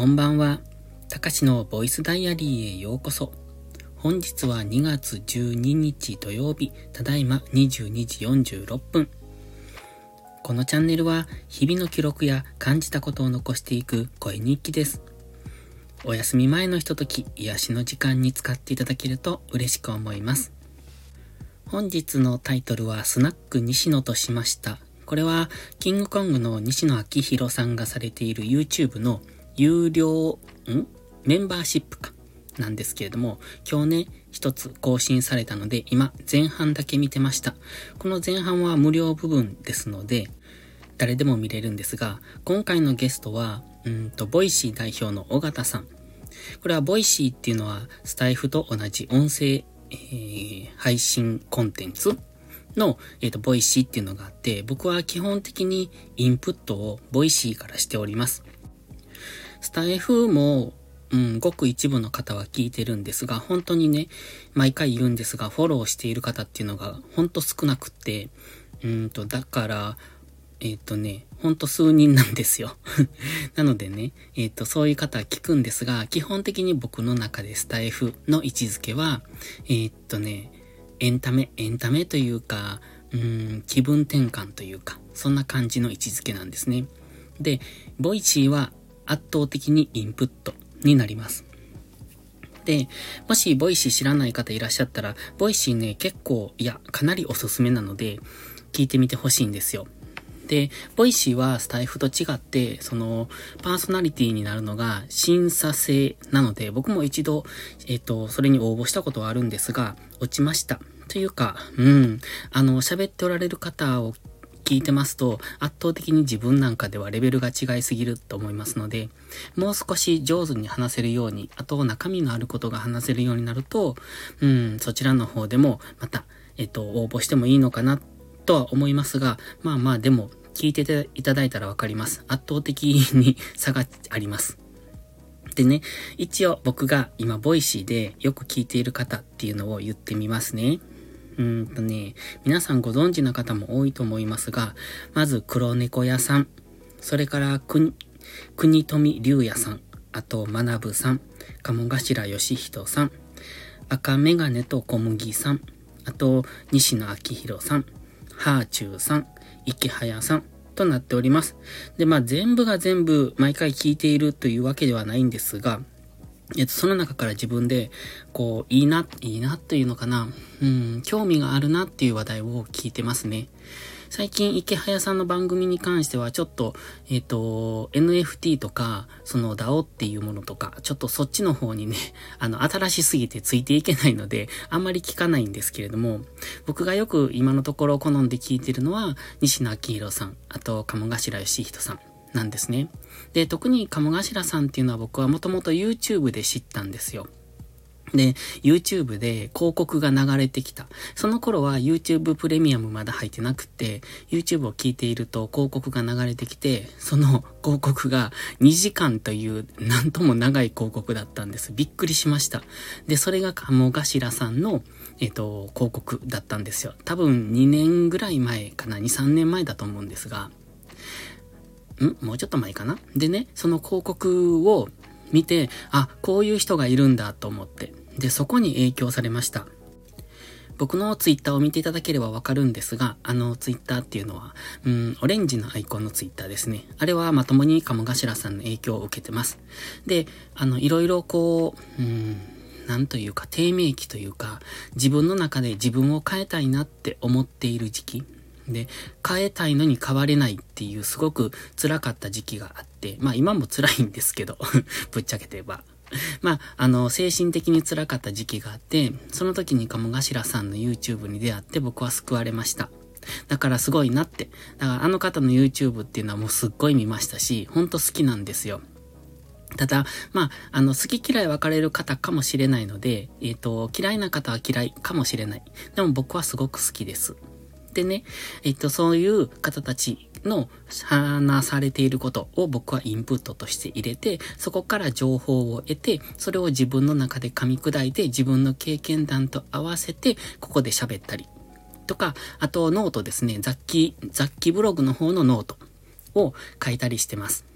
こんばんは。たかしのボイスダイアリーへようこそ。本日は2月12日土曜日、ただいま22時46分。このチャンネルは日々の記録や感じたことを残していく声日記です。お休み前のひととき、癒しの時間に使っていただけると嬉しく思います。本日のタイトルはスナック西野としました。これはキングコングの西野昭弘さんがされている YouTube の有料メンバーシップかなんですけれども、今日ね一つ更新されたので今前半だけ見てました。この前半は無料部分ですので誰でも見れるんですが、今回のゲストはボイシー代表の尾形さん。これはボイシーっていうのはスタイフと同じ音声、配信コンテンツの、ボイシーっていうのがあって、僕は基本的にインプットをボイシーからしております。スタイフも、ごく一部の方は聞いてるんですが、本当にね、毎回言うんですが、フォローしている方っていうのが本当少なくって、だから、本当数人なんですよ。なのでね、そういう方は聞くんですが、基本的に僕の中でスタイフの位置づけは、エンタメというか、気分転換というか、そんな感じの位置づけなんですね。で、ボイシーは圧倒的にインプットになります。で、もしボイシー知らない方いらっしゃったら、ボイシーね、結構、かなりおすすめなので、聞いてみてほしいんですよ。で、ボイシーはスタイフと違って、パーソナリティになるのが審査制なので、僕も一度、それに応募したことはあるんですが、落ちました。というか、喋っておられる方を聞いてますと、圧倒的に自分なんかではレベルが違いすぎると思いますので、もう少し上手に話せるように、あと中身のあることが話せるようになると、そちらの方でもまた、応募してもいいのかなとは思いますが、でも聞いていただいたらわかります。圧倒的に差があります。でね、一応僕が今ボイシーでよく聞いている方っていうのを言ってみますね。皆さんご存知な方も多いと思いますが、まず黒猫屋さん、それから国富龍也さん、あと学さん、鴨頭義人さん、赤メガネと小麦さん、あと西野昭弘さん、ハーチューさん、池早さんとなっております。で、全部が全部毎回聞いているというわけではないんですが、その中から自分で、いいなというのかな、興味があるなっていう話題を聞いてますね。最近、池早さんの番組に関しては、ちょっと、NFT とか、その DAO っていうものとか、ちょっとそっちの方にね、新しすぎてついていけないので、あんまり聞かないんですけれども、僕がよく今のところ好んで聞いてるのは、西野昭弘さん、あと、鴨頭義人さん。なんですね。で、特に鴨頭さんっていうのは僕はもともと YouTube で知ったんですよ。で、YouTube で広告が流れてきた。その頃は YouTube プレミアムまだ入ってなくて、YouTube を聞いていると広告が流れてきて、その広告が2時間というなんとも長い広告だったんです。びっくりしました。で、それが鴨頭さんの、広告だったんですよ。多分2年ぐらい前かな、2、3年前だと思うんですが、もうちょっと前かな。でね、その広告を見て、こういう人がいるんだと思って。で、そこに影響されました。僕のツイッターを見ていただければわかるんですが、ツイッターっていうのは、オレンジのアイコンのツイッターですね。あれはまともに鴨頭さんの影響を受けてます。で、いろいろなんというか、低迷期というか、自分の中で自分を変えたいなって思っている時期。で、変えたいのに変われないっていうすごく辛かった時期があって、今も辛いんですけど、ぶっちゃけて言えば。精神的に辛かった時期があって、その時に鴨頭さんの YouTube に出会って僕は救われました。だからすごいなって。だからあの方の YouTube っていうのはもうすっごい見ましたし、ほんと好きなんですよ。ただ、好き嫌い分かれる方かもしれないので、嫌いな方は嫌いかもしれない。でも僕はすごく好きです。でね、そういう方たちの話されていることを僕はインプットとして入れて、そこから情報を得て、それを自分の中で噛み砕いて、自分の経験談と合わせて、ここで喋ったり。とか、あとノートですね、雑記ブログの方のノートを書いたりしてます。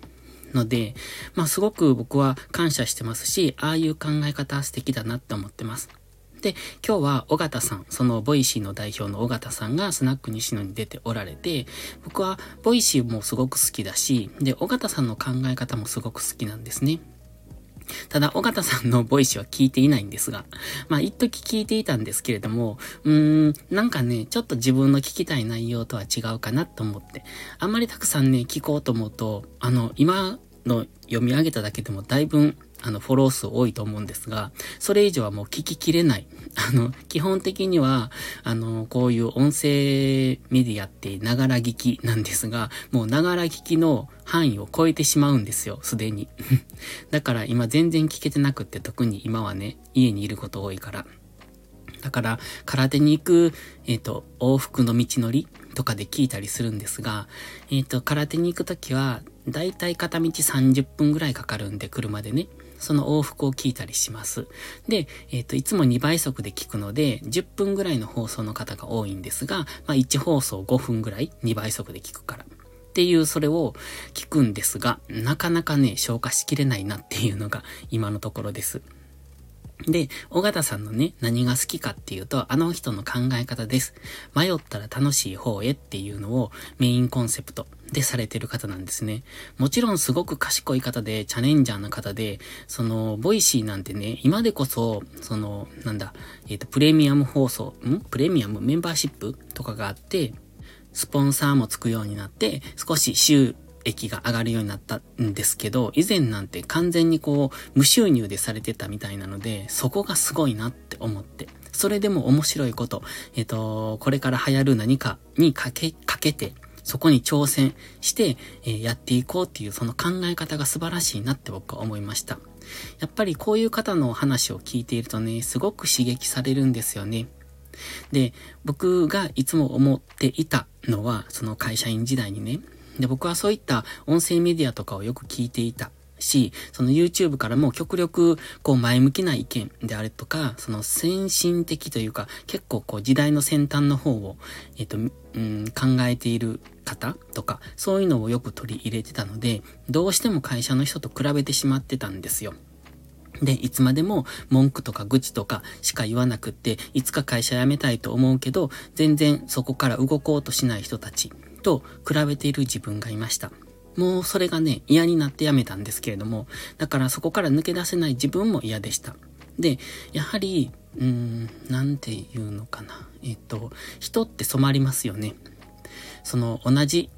ので、すごく僕は感謝してますし、ああいう考え方素敵だなって思ってます。で、今日は尾形さん、そのボイシーの代表の尾形さんがスナック西野に出ておられて、僕はボイシーもすごく好きだし、で、尾形さんの考え方もすごく好きなんですね。ただ、尾形さんのボイシーは聞いていないんですが、一時聞いていたんですけれども、なんかね、ちょっと自分の聞きたい内容とは違うかなと思って、あんまりたくさんね、聞こうと思うと、今の読み上げただけでもだいぶ、フォロー数多いと思うんですが、それ以上はもう聞ききれない。基本的には、こういう音声メディアってながら聞きなんですが、もうながら聞きの範囲を超えてしまうんですよ、すでに。だから今全然聞けてなくって、特に今はね、家にいること多いから。だから、空手に行く、往復の道のりとかで聞いたりするんですが、空手に行くときは、だいたい片道30分ぐらいかかるんで、車でね。その往復を聞いたりします。で、いつも2倍速で聞くので、10分ぐらいの放送の方が多いんですが、1放送5分ぐらい2倍速で聞くから。っていう、それを聞くんですが、なかなかね、消化しきれないなっていうのが今のところです。で、尾形さんのね、何が好きかっていうと、あの人の考え方です。迷ったら楽しい方へっていうのをメインコンセプトでされてる方なんですね。もちろんすごく賢い方で、チャレンジャーな方で、ボイシーなんてね、今でこそ、プレミアム放送、プレミアムメンバーシップとかがあって、スポンサーもつくようになって、少し収益が上がるようになったんですけど、以前なんて完全に無収入でされてたみたいなので、そこがすごいなって思って、それでも面白いこと、これから流行る何かにかけて、そこに挑戦して、やっていこうっていうその考え方が素晴らしいなって僕は思いました。やっぱりこういう方の話を聞いているとね、すごく刺激されるんですよね。で、僕がいつも思っていたのは、その会社員時代にね、で、僕はそういった音声メディアとかをよく聞いていたし、その YouTube からも極力前向きな意見であるとか、その先進的というか、結構時代の先端の方を、考えている方とか、そういうのをよく取り入れてたので、どうしても会社の人と比べてしまってたんですよ。で、いつまでも文句とか愚痴とかしか言わなくって、いつか会社辞めたいと思うけど、全然そこから動こうとしない人たちと比べている自分がいました。もうそれがね、嫌になって辞めたんですけれども、だからそこから抜け出せない自分も嫌でした。で、やはり、なんていうのかな。人って染まりますよね。同じ、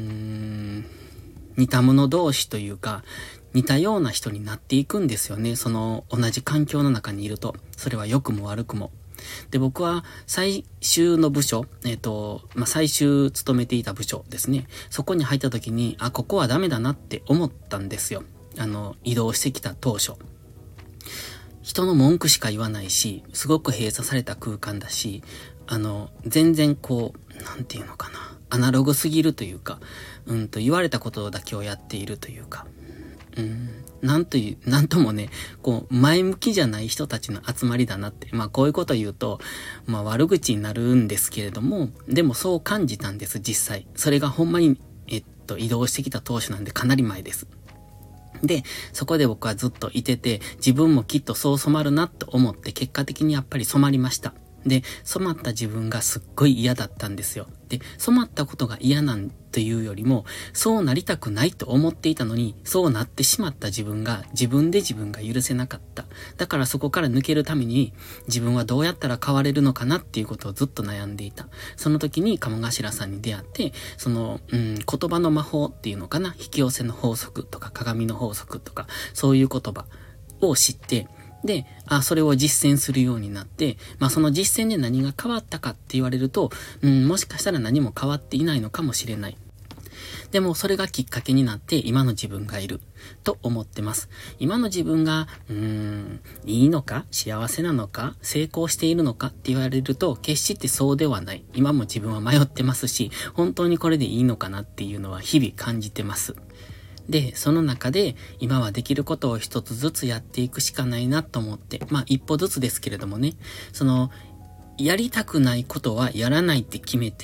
似た者同士というか、似たような人になっていくんですよね。同じ環境の中にいると。それは良くも悪くも。で、僕は最終の部署、最終勤めていた部署ですね。そこに入った時に、ここはダメだなって思ったんですよ。移動してきた当初。人の文句しか言わないし、すごく閉鎖された空間だし、全然なんていうのかな。アナログすぎるというか、言われたことだけをやっているというか、なんともね、前向きじゃない人たちの集まりだなって。こういうこと言うと、悪口になるんですけれども、でもそう感じたんです、実際。それがほんまに、移動してきた当初なんでかなり前です。で、そこで僕はずっといてて、自分もきっとそう染まるなと思って、結果的にやっぱり染まりました。で、染まった自分がすっごい嫌だったんですよ。で、染まったことが嫌なんというよりも、そうなりたくないと思っていたのに、そうなってしまった自分が許せなかった。だからそこから抜けるために、自分はどうやったら変われるのかなっていうことをずっと悩んでいた。その時に鴨頭さんに出会って、言葉の魔法っていうのかな、引き寄せの法則とか鏡の法則とか、そういう言葉を知って、で、それを実践するようになって、その実践で何が変わったかって言われると、もしかしたら何も変わっていないのかもしれない。でもそれがきっかけになって今の自分がいると思ってます。今の自分が、いいのか幸せなのか成功しているのかって言われると決してそうではない。今も自分は迷ってますし、本当にこれでいいのかなっていうのは日々感じてます。で、その中で今はできることを一つずつやっていくしかないなと思って、一歩ずつですけれどもね、やりたくないことはやらないって決めて、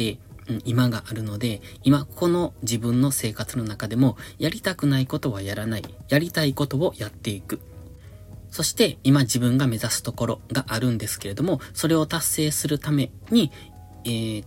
今があるので、今この自分の生活の中でもやりたくないことはやらない、やりたいことをやっていく。そして今自分が目指すところがあるんですけれども、それを達成するために、日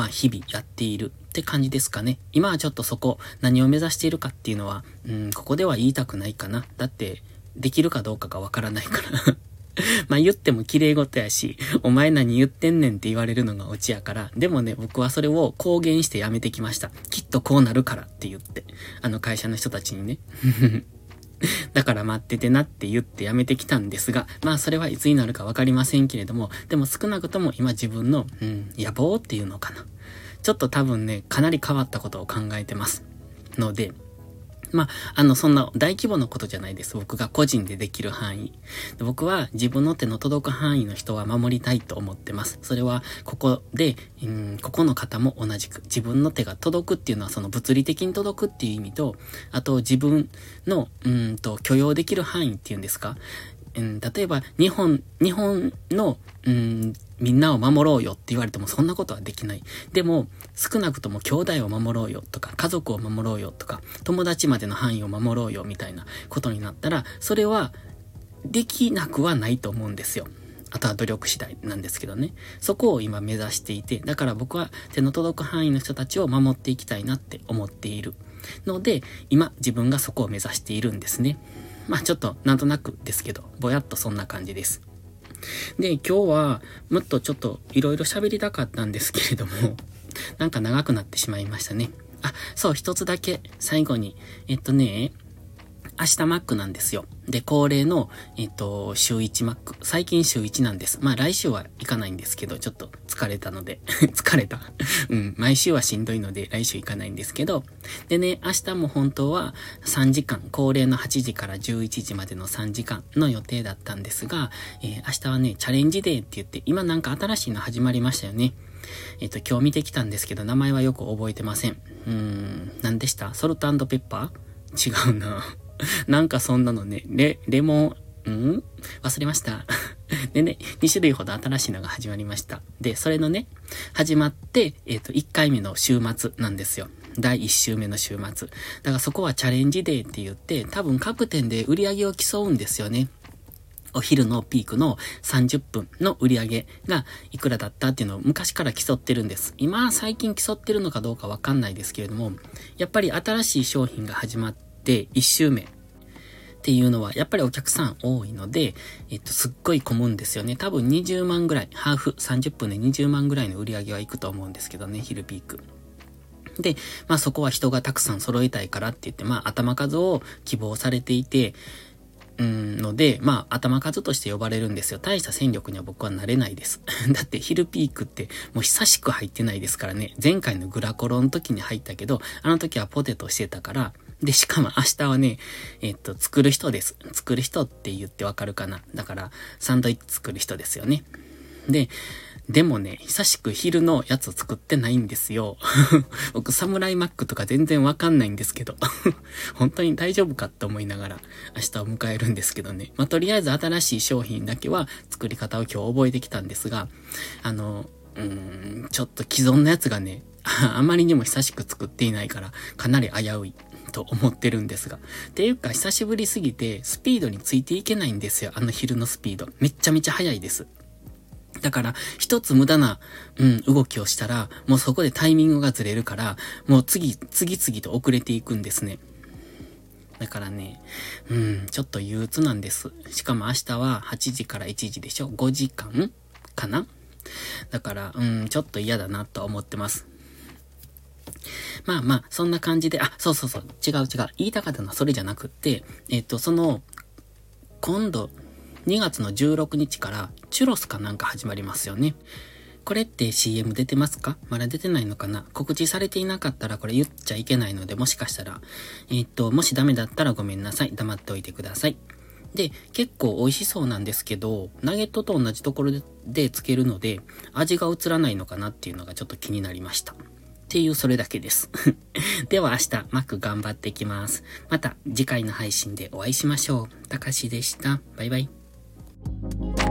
々やっているって感じですかね。今はちょっとそこ、何を目指しているかっていうのは、ここでは言いたくないかな。だって、できるかどうかがわからないからまあ言っても綺麗事やし、お前何言ってんねんって言われるのがオチやから、でもね、僕はそれを公言してやめてきました。きっとこうなるからって言って、会社の人たちにね。だから待っててなって言ってやめてきたんですが、まあそれはいつになるかわかりませんけれども、でも少なくとも今自分の、野望っていうのかな。ちょっと多分ね、かなり変わったことを考えてます。ので、そんな大規模なことじゃないです。僕が個人でできる範囲。僕は自分の手の届く範囲の人は守りたいと思ってます。それは、ここで、ここの方も同じく、自分の手が届くっていうのはその物理的に届くっていう意味と、あと自分の、許容できる範囲っていうんですか。例えば、日本の、みんなを守ろうよって言われてもそんなことはできない。でも、少なくとも兄弟を守ろうよとか、家族を守ろうよとか、友達までの範囲を守ろうよみたいなことになったら、それはできなくはないと思うんですよ。あとは努力次第なんですけどね。そこを今目指していて、だから僕は手の届く範囲の人たちを守っていきたいなって思っている。ので、今自分がそこを目指しているんですね。ちょっとなんとなくですけど、ぼやっとそんな感じです。で、今日はもっとちょっといろいろ喋りたかったんですけれども、なんか長くなってしまいましたね。そう、一つだけ最後に、明日マックなんですよ。で、恒例の、週1マック。最近週1なんです。来週は行かないんですけど、ちょっと疲れたので。疲れた。毎週はしんどいので、来週行かないんですけど。でね、明日も本当は3時間、恒例の8時から11時までの3時間の予定だったんですが、明日はね、チャレンジデーって言って、今なんか新しいの始まりましたよね。今日見てきたんですけど、名前はよく覚えてません。何でした？ソルト&ペッパー？違うな。なんかそんなのね、レモン、忘れました。でね、2種類ほど新しいのが始まりました。で、それのね、始まって、1回目の週末なんですよ。第1週目の週末。だからそこはチャレンジデーって言って、多分各店で売り上げを競うんですよね。お昼のピークの30分の売り上げがいくらだったっていうのを昔から競ってるんです。今、最近競ってるのかどうかわかんないですけれども、やっぱり新しい商品が始まって、1週目っていうのはやっぱりお客さん多いので、すっごい混むんですよね。多分20万ぐらい、ハーフ30分で20万ぐらいの売り上げはいくと思うんですけどね、昼ピーク。で、そこは人がたくさん揃えたいからって言って、頭数を希望されていて、ので、頭数として呼ばれるんですよ。大した戦力には僕はなれないです。だってヒルピークってもう久しく入ってないですからね。前回のグラコロの時に入ったけど、あの時はポテトしてたから、で、しかも明日はね、作る人です。作る人って言ってわかるかな。だから、サンドイッチ作る人ですよね。でもね、久しく昼のやつを作ってないんですよ。僕、サムライマックとか全然わかんないんですけど。本当に大丈夫かって思いながら明日を迎えるんですけどね。とりあえず新しい商品だけは作り方を今日覚えてきたんですが、ちょっと既存のやつがね、あまりにも久しく作っていないから、かなり危ういと思ってるんですが。っていうか、久しぶりすぎて、スピードについていけないんですよ。あの昼のスピード。めっちゃめちゃ速いです。だから、一つ無駄な、動きをしたら、もうそこでタイミングがずれるから、もう次々と遅れていくんですね。だからね、ちょっと憂鬱なんです。しかも明日は8時から1時でしょ ?5 時間かな。だから、ちょっと嫌だなと思ってます。そんな感じで、違う。言いたかったのはそれじゃなくって、今度、2月の16日からチュロスかなんか始まりますよね。これって CM 出てますか？まだ出てないのかな？告知されていなかったらこれ言っちゃいけないので、もしかしたら、もしダメだったらごめんなさい。黙っておいてください。で、結構美味しそうなんですけど、ナゲットと同じところでつけるので、味が移らないのかなっていうのがちょっと気になりました。っていうそれだけです。では明日、マック頑張ってきます。また次回の配信でお会いしましょう。たかしでした。バイバイ。